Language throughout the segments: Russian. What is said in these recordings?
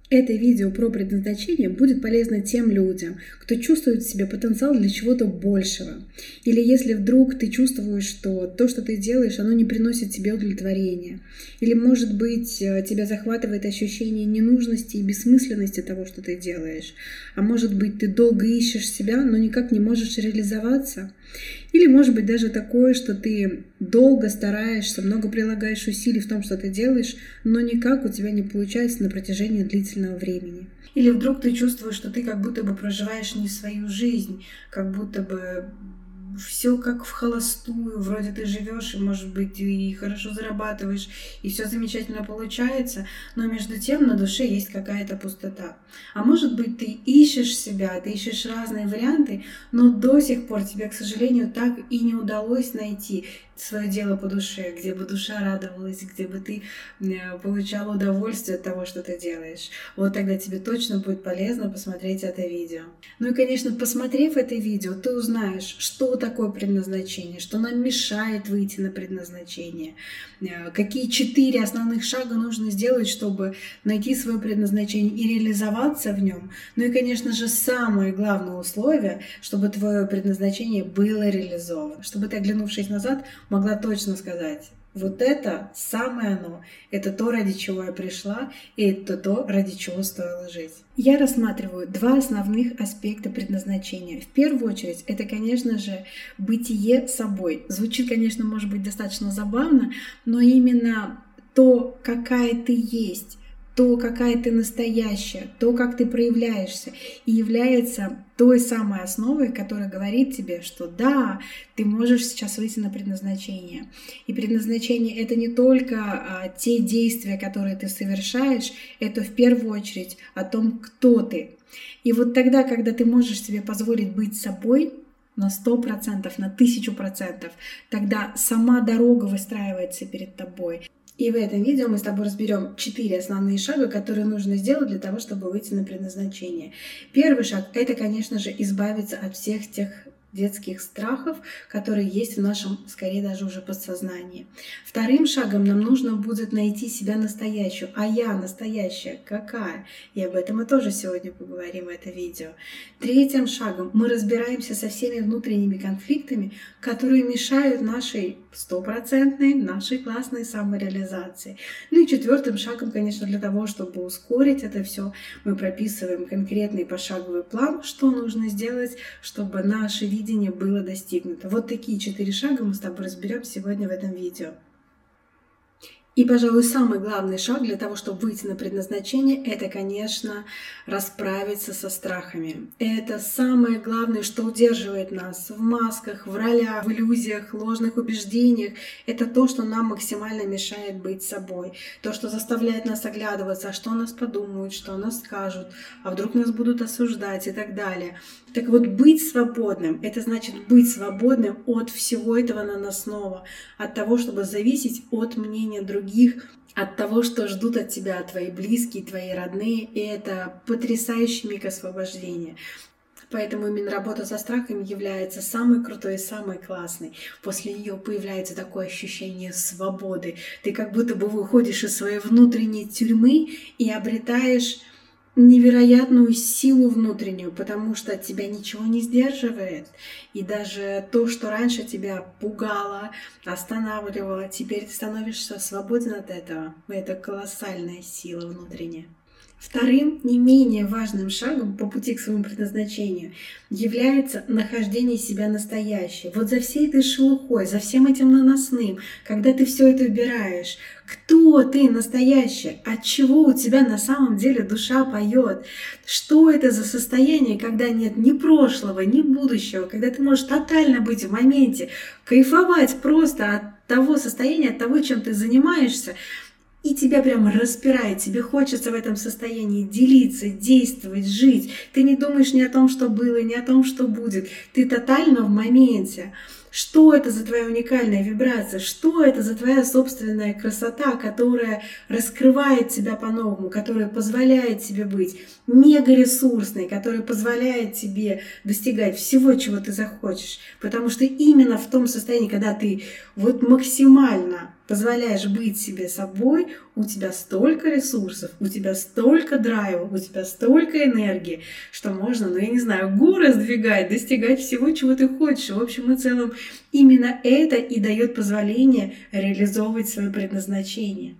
Это видео про предназначение будет полезно тем людям, кто чувствует в себе потенциал для чего-то большего. Или если вдруг ты чувствуешь, что то, что ты делаешь, оно не приносит тебе удовлетворения. Или, может быть, тебя захватывает ощущение ненужности и бессмысленности того, что ты делаешь. А может быть, ты долго ищешь себя, но никак не можешь реализоваться. Или, может быть, даже такое, что ты долго стараешься, много прилагаешь усилий в том, что ты делаешь, но никак у тебя не получается на протяжении длительного времени. Или вдруг ты чувствуешь, что ты как будто бы проживаешь не свою жизнь, как будто бы все как в холостую, вроде ты живешь, и, может быть, и хорошо зарабатываешь, и все замечательно получается, но между тем на душе есть какая-то пустота. А может быть, ты ищешь себя, ты ищешь разные варианты, но до сих пор тебе, к сожалению, так и не удалось найти свое дело по душе, где бы душа радовалась, где бы ты получала удовольствие от того, что ты делаешь. Вот тогда тебе точно будет полезно посмотреть это видео. Ну и, конечно, посмотрев это видео, ты узнаешь, что такое предназначение, что нам мешает выйти на предназначение, какие 4 основных шага нужно сделать, чтобы найти свое предназначение и реализоваться в нем. Ну и, конечно же, самое главное условие, чтобы твое предназначение было реализовано, чтобы ты, оглянувшись назад, могла точно сказать: вот это самое оно, это то, ради чего я пришла, и это то, ради чего стоило жить. Я рассматриваю 2 основных аспекта предназначения. В первую очередь, это, конечно же, бытие собой. Звучит, конечно, может быть достаточно забавно, но именно то, какая ты есть, то, какая ты настоящая, то, как ты проявляешься, и является той самой основой, которая говорит тебе, что да, ты можешь сейчас выйти на предназначение. И предназначение — это не только те действия, которые ты совершаешь, это в первую очередь о том, кто ты. И вот тогда, когда ты можешь себе позволить быть собой на 100%, на 1000%, тогда сама дорога выстраивается перед тобой. И в этом видео мы с тобой разберем 4 основные шага, которые нужно сделать для того, чтобы выйти на предназначение. Первый шаг — это, конечно же, избавиться от всех тех детских страхов, которые есть в нашем, скорее даже уже подсознании. Вторым шагом нам нужно будет найти себя настоящую. А я настоящая какая? И об этом мы тоже сегодня поговорим в это видео. Третьим шагом мы разбираемся со всеми внутренними конфликтами, которые мешают нашей 100%, нашей классной самореализации. Ну и 4-м шагом, конечно, для того, чтобы ускорить это все, мы прописываем конкретный пошаговый план, что нужно сделать, чтобы наше видение было достигнуто. Вот такие 4 шага мы с тобой разберем сегодня в этом видео. И, пожалуй, самый главный шаг для того, чтобы выйти на предназначение, это, конечно, расправиться со страхами. Это самое главное, что удерживает нас в масках, в ролях, в иллюзиях, ложных убеждениях. Это то, что нам максимально мешает быть собой. То, что заставляет нас оглядываться, а что о нас подумают, что о нас скажут, а вдруг нас будут осуждать и так далее. Так вот, быть свободным — это значит быть свободным от всего этого наносного, от того, чтобы зависеть от мнения других, от того, что ждут от тебя твои близкие, твои родные. И это потрясающий миг освобождения. Поэтому именно работа со страхами является самой крутой и самой классной. После нее появляется такое ощущение свободы. Ты как будто бы выходишь из своей внутренней тюрьмы и обретаешь невероятную силу внутреннюю, потому что тебя ничего не сдерживает. И даже то, что раньше тебя пугало, останавливало, теперь ты становишься свободен от этого. Это колоссальная сила внутренняя. Вторым, не менее важным шагом по пути к своему предназначению является нахождение себя настоящей. Вот за всей этой шелухой, за всем этим наносным, когда ты все это убираешь, кто ты настоящая, от чего у тебя на самом деле душа поет, что это за состояние, когда нет ни прошлого, ни будущего, когда ты можешь тотально быть в моменте, кайфовать просто от того состояния, от того, чем ты занимаешься, и тебя прямо распирает, тебе хочется в этом состоянии делиться, действовать, жить. Ты не думаешь ни о том, что было, ни о том, что будет. Ты тотально в моменте. Что это за твоя уникальная вибрация? Что это за твоя собственная красота, которая раскрывает тебя по-новому, которая позволяет тебе быть мега-ресурсной, которая позволяет тебе достигать всего, чего ты захочешь? Потому что именно в том состоянии, когда ты вот максимально позволяешь быть себе собой, у тебя столько ресурсов, у тебя столько драйва, у тебя столько энергии, что можно, ну я не знаю, горы сдвигать, достигать всего, чего ты хочешь. В общем и целом, именно это и дает позволение реализовывать свое предназначение.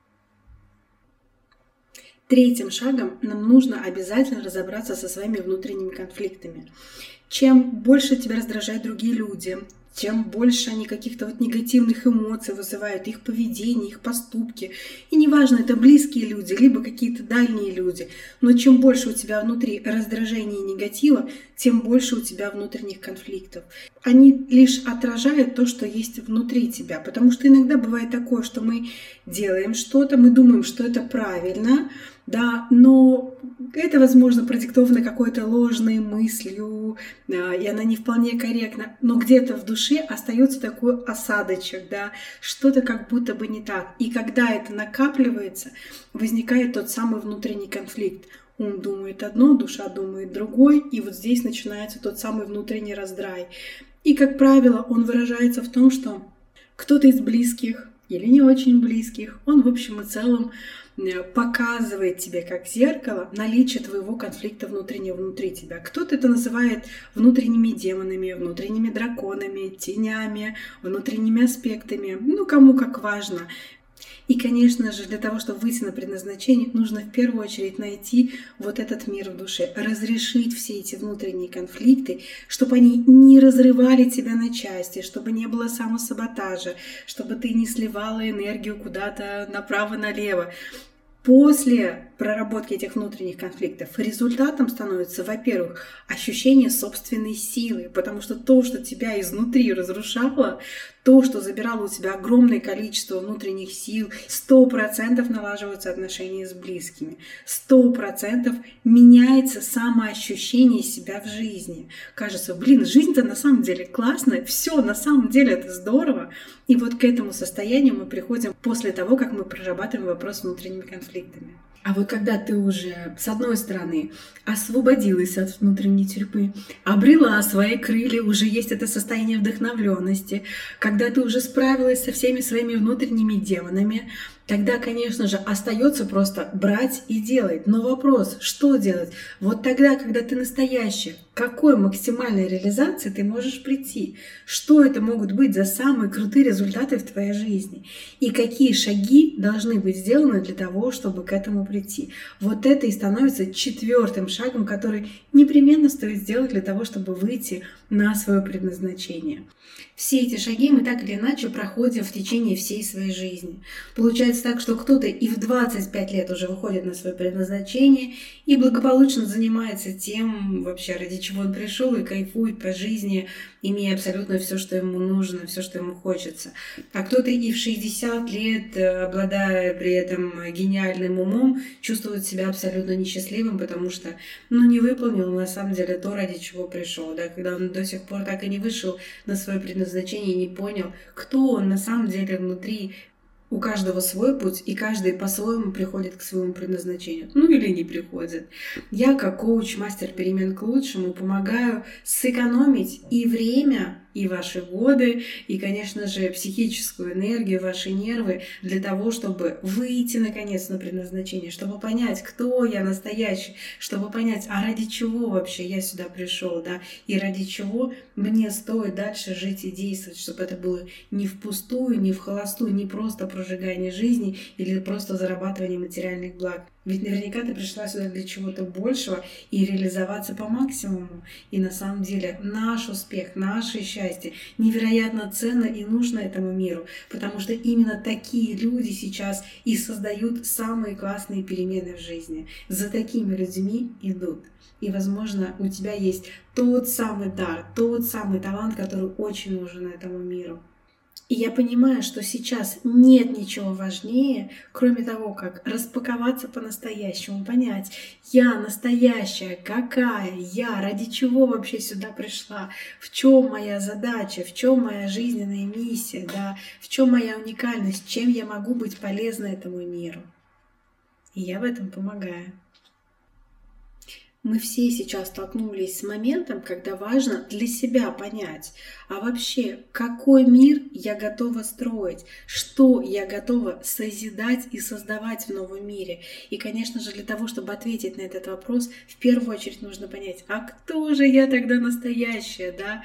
Третьим шагом нам нужно обязательно разобраться со своими внутренними конфликтами. Чем больше тебя раздражают другие люди, чем больше они каких-то негативных эмоций вызывают, их поведение, их поступки. И неважно, это близкие люди, либо какие-то дальние люди. Но чем больше у тебя внутри раздражения и негатива, тем больше у тебя внутренних конфликтов. Они лишь отражают то, что есть внутри тебя. Потому что иногда бывает такое, что мы делаем что-то, мы думаем, что это правильно, да, но это, возможно, продиктовано какой-то ложной мыслью, и она не вполне корректна, но где-то в душе остается такой осадочек, да, что-то как будто бы не так. И когда это накапливается, возникает тот самый внутренний конфликт. Ум думает одно, душа думает другое, и вот здесь начинается тот самый внутренний раздрай. И, как правило, он выражается в том, что кто-то из близких или не очень близких, он в общем и целом показывает тебе как зеркало наличие твоего конфликта внутреннего внутри тебя. Кто-то это называет внутренними демонами, внутренними драконами, тенями, внутренними аспектами, ну кому как важно. И, конечно же, для того, чтобы выйти на предназначение, нужно в первую очередь найти вот этот мир в душе, разрешить все эти внутренние конфликты, чтобы они не разрывали тебя на части, чтобы не было самосаботажа, чтобы ты не сливала энергию куда-то направо-налево. После проработки этих внутренних конфликтов результатом становится, во-первых, ощущение собственной силы, потому что то, что тебя изнутри разрушало, то, что забирало у тебя огромное количество внутренних сил, 100% налаживаются отношения с близкими, 100% меняется самоощущение себя в жизни. Кажется, жизнь-то на самом деле классная, все на самом деле это здорово. И вот к этому состоянию мы приходим после того, как мы прорабатываем вопрос с внутренними конфликтами. А вот когда ты уже, с одной стороны, освободилась от внутренней тюрьмы, обрела свои крылья, уже есть это состояние вдохновленности, когда ты уже справилась со всеми своими внутренними демонами, тогда, конечно же, остается просто брать и делать. Но вопрос, что делать? Вот тогда, когда ты настоящая, к какой максимальной реализации ты можешь прийти? Что это могут быть за самые крутые результаты в твоей жизни? И какие шаги должны быть сделаны для того, чтобы к этому прийти? Вот это и становится четвертым шагом, который непременно стоит сделать для того, чтобы выйти на свое предназначение. Все эти шаги мы так или иначе проходим в течение всей своей жизни. Получается так, что кто-то и в 25 лет уже выходит на свое предназначение и благополучно занимается тем, вообще ради чего он пришел, и кайфует по жизни, имея абсолютно все, что ему нужно, все, что ему хочется. А кто-то и в 60 лет, обладая при этом гениальным умом, чувствует себя абсолютно несчастливым, потому что не выполнил на самом деле то, ради чего пришел. Да? Когда он до сих пор так и не вышел на свое предназначение, не понял, кто он на самом деле внутри. У каждого свой путь, и каждый по-своему приходит к своему предназначению. Или не приходит. Я, как коуч, мастер перемен к лучшему, помогаю сэкономить и время, и ваши годы, и, конечно же, психическую энергию, ваши нервы для того, чтобы выйти, наконец, на предназначение, чтобы понять, кто я настоящий, чтобы понять, а ради чего вообще я сюда пришел, да, и ради чего мне стоит дальше жить и действовать, чтобы это было не впустую, не в холостую, не просто прожигание жизни или просто зарабатывание материальных благ. Ведь наверняка ты пришла сюда для чего-то большего и реализоваться по максимуму. И на самом деле наш успех, наше счастье невероятно ценно и нужно этому миру, потому что именно такие люди сейчас и создают самые классные перемены в жизни. За такими людьми идут. И, возможно, у тебя есть тот самый дар, тот самый талант, который очень нужен этому миру. И я понимаю, что сейчас нет ничего важнее, кроме того, как распаковаться по-настоящему, понять, я настоящая, какая я, ради чего вообще сюда пришла, в чем моя задача, в чем моя жизненная миссия, да, в чем моя уникальность, чем я могу быть полезна этому миру. И я в этом помогаю. Мы все сейчас столкнулись с моментом, когда важно для себя понять, а вообще, какой мир я готова строить, что я готова созидать и создавать в новом мире. И, конечно же, для того, чтобы ответить на этот вопрос, в первую очередь нужно понять, а кто же я тогда настоящая, да?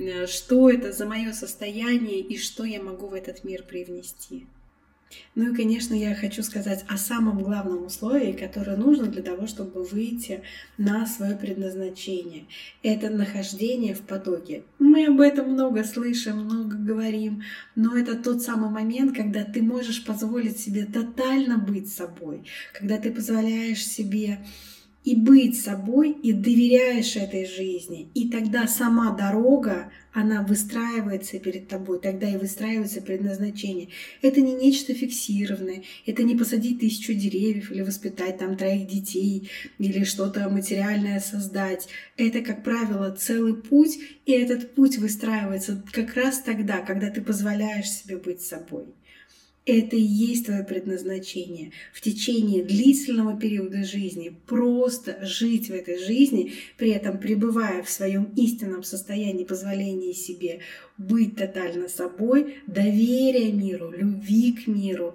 Что это за мое состояние и что я могу в этот мир привнести. Ну и, конечно, я хочу сказать о самом главном условии, которое нужно для того, чтобы выйти на свое предназначение. Это нахождение в потоке. Мы об этом много слышим, много говорим, но это тот самый момент, когда ты можешь позволить себе тотально быть собой, когда ты позволяешь себе и быть собой, и доверяешь этой жизни. И тогда сама дорога, она выстраивается перед тобой, тогда и выстраивается предназначение. Это не нечто фиксированное, это не посадить 1000 деревьев или воспитать там 3 детей, или что-то материальное создать. Это, как правило, целый путь, и этот путь выстраивается как раз тогда, когда ты позволяешь себе быть собой. Это и есть твое предназначение. В течение длительного периода жизни просто жить в этой жизни, при этом пребывая в своем истинном состоянии позволения себе быть тотально собой, доверия миру, любви к миру,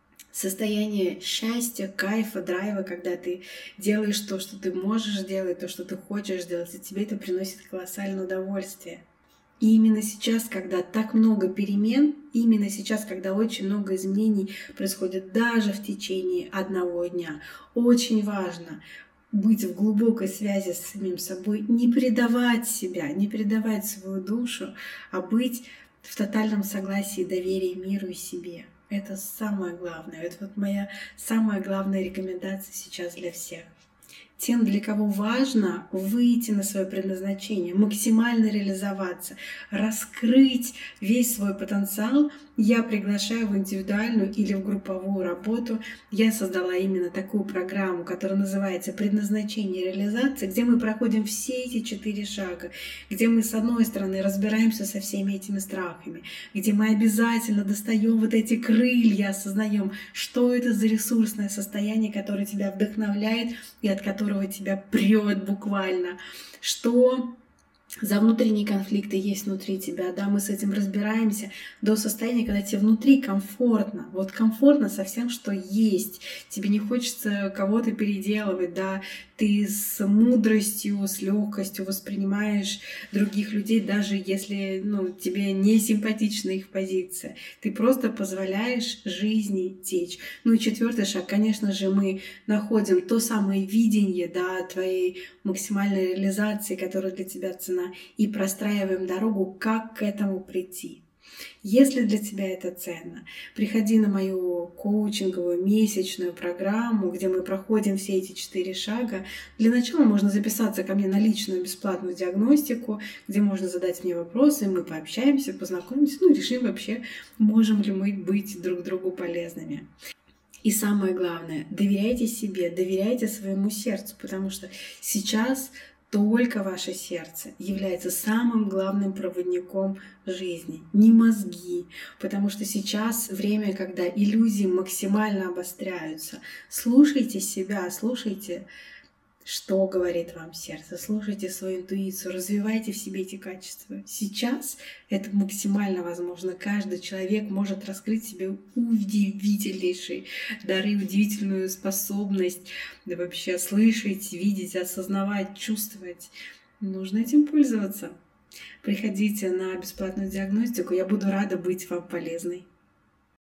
состояние счастья, кайфа, драйва, когда ты делаешь то, что ты можешь делать, то, что ты хочешь делать, и тебе это приносит колоссальное удовольствие. И именно сейчас, когда так много перемен, именно сейчас, когда очень много изменений происходит даже в течение одного дня, очень важно быть в глубокой связи с самим собой, не предавать себя, не предавать свою душу, а быть в тотальном согласии и доверии миру и себе. Это самое главное. Это вот моя самая главная рекомендация сейчас для всех. Тем, для кого важно выйти на свое предназначение, максимально реализоваться, раскрыть весь свой потенциал, я приглашаю в индивидуальную или в групповую работу. Я создала именно такую программу, которая называется «Предназначение и реализация», где мы проходим все эти 4 шага, где мы, с одной стороны, разбираемся со всеми этими страхами, где мы обязательно достаем вот эти крылья, осознаем, что это за ресурсное состояние, которое тебя вдохновляет и от которого тебя прет буквально, что за внутренние конфликты есть внутри тебя, да, мы с этим разбираемся до состояния, когда тебе внутри комфортно, вот комфортно со всем, что есть, тебе не хочется кого-то переделывать, да, ты с мудростью, с легкостью воспринимаешь других людей, даже если, тебе не симпатична их позиция, ты просто позволяешь жизни течь. Ну и 4-й шаг, конечно же, мы находим то самое видение, да, твоей максимальной реализации, которая для тебя цена, и простраиваем дорогу, как к этому прийти. Если для тебя это ценно, приходи на мою коучинговую месячную программу, где мы проходим все эти 4 шага. Для начала можно записаться ко мне на личную бесплатную диагностику, где можно задать мне вопросы, мы пообщаемся, познакомимся, решим вообще, можем ли мы быть друг другу полезными. И самое главное, доверяйте себе, доверяйте своему сердцу, потому что сейчас только ваше сердце является самым главным проводником жизни, не мозги, потому что сейчас время, когда иллюзии максимально обостряются. Слушайте себя, слушайте, что говорит вам сердце, слушайте свою интуицию, развивайте в себе эти качества. Сейчас это максимально возможно. Каждый человек может раскрыть в себе удивительнейшие дары, удивительную способность вообще слышать, видеть, осознавать, чувствовать. Нужно этим пользоваться. Приходите на бесплатную диагностику, я буду рада быть вам полезной.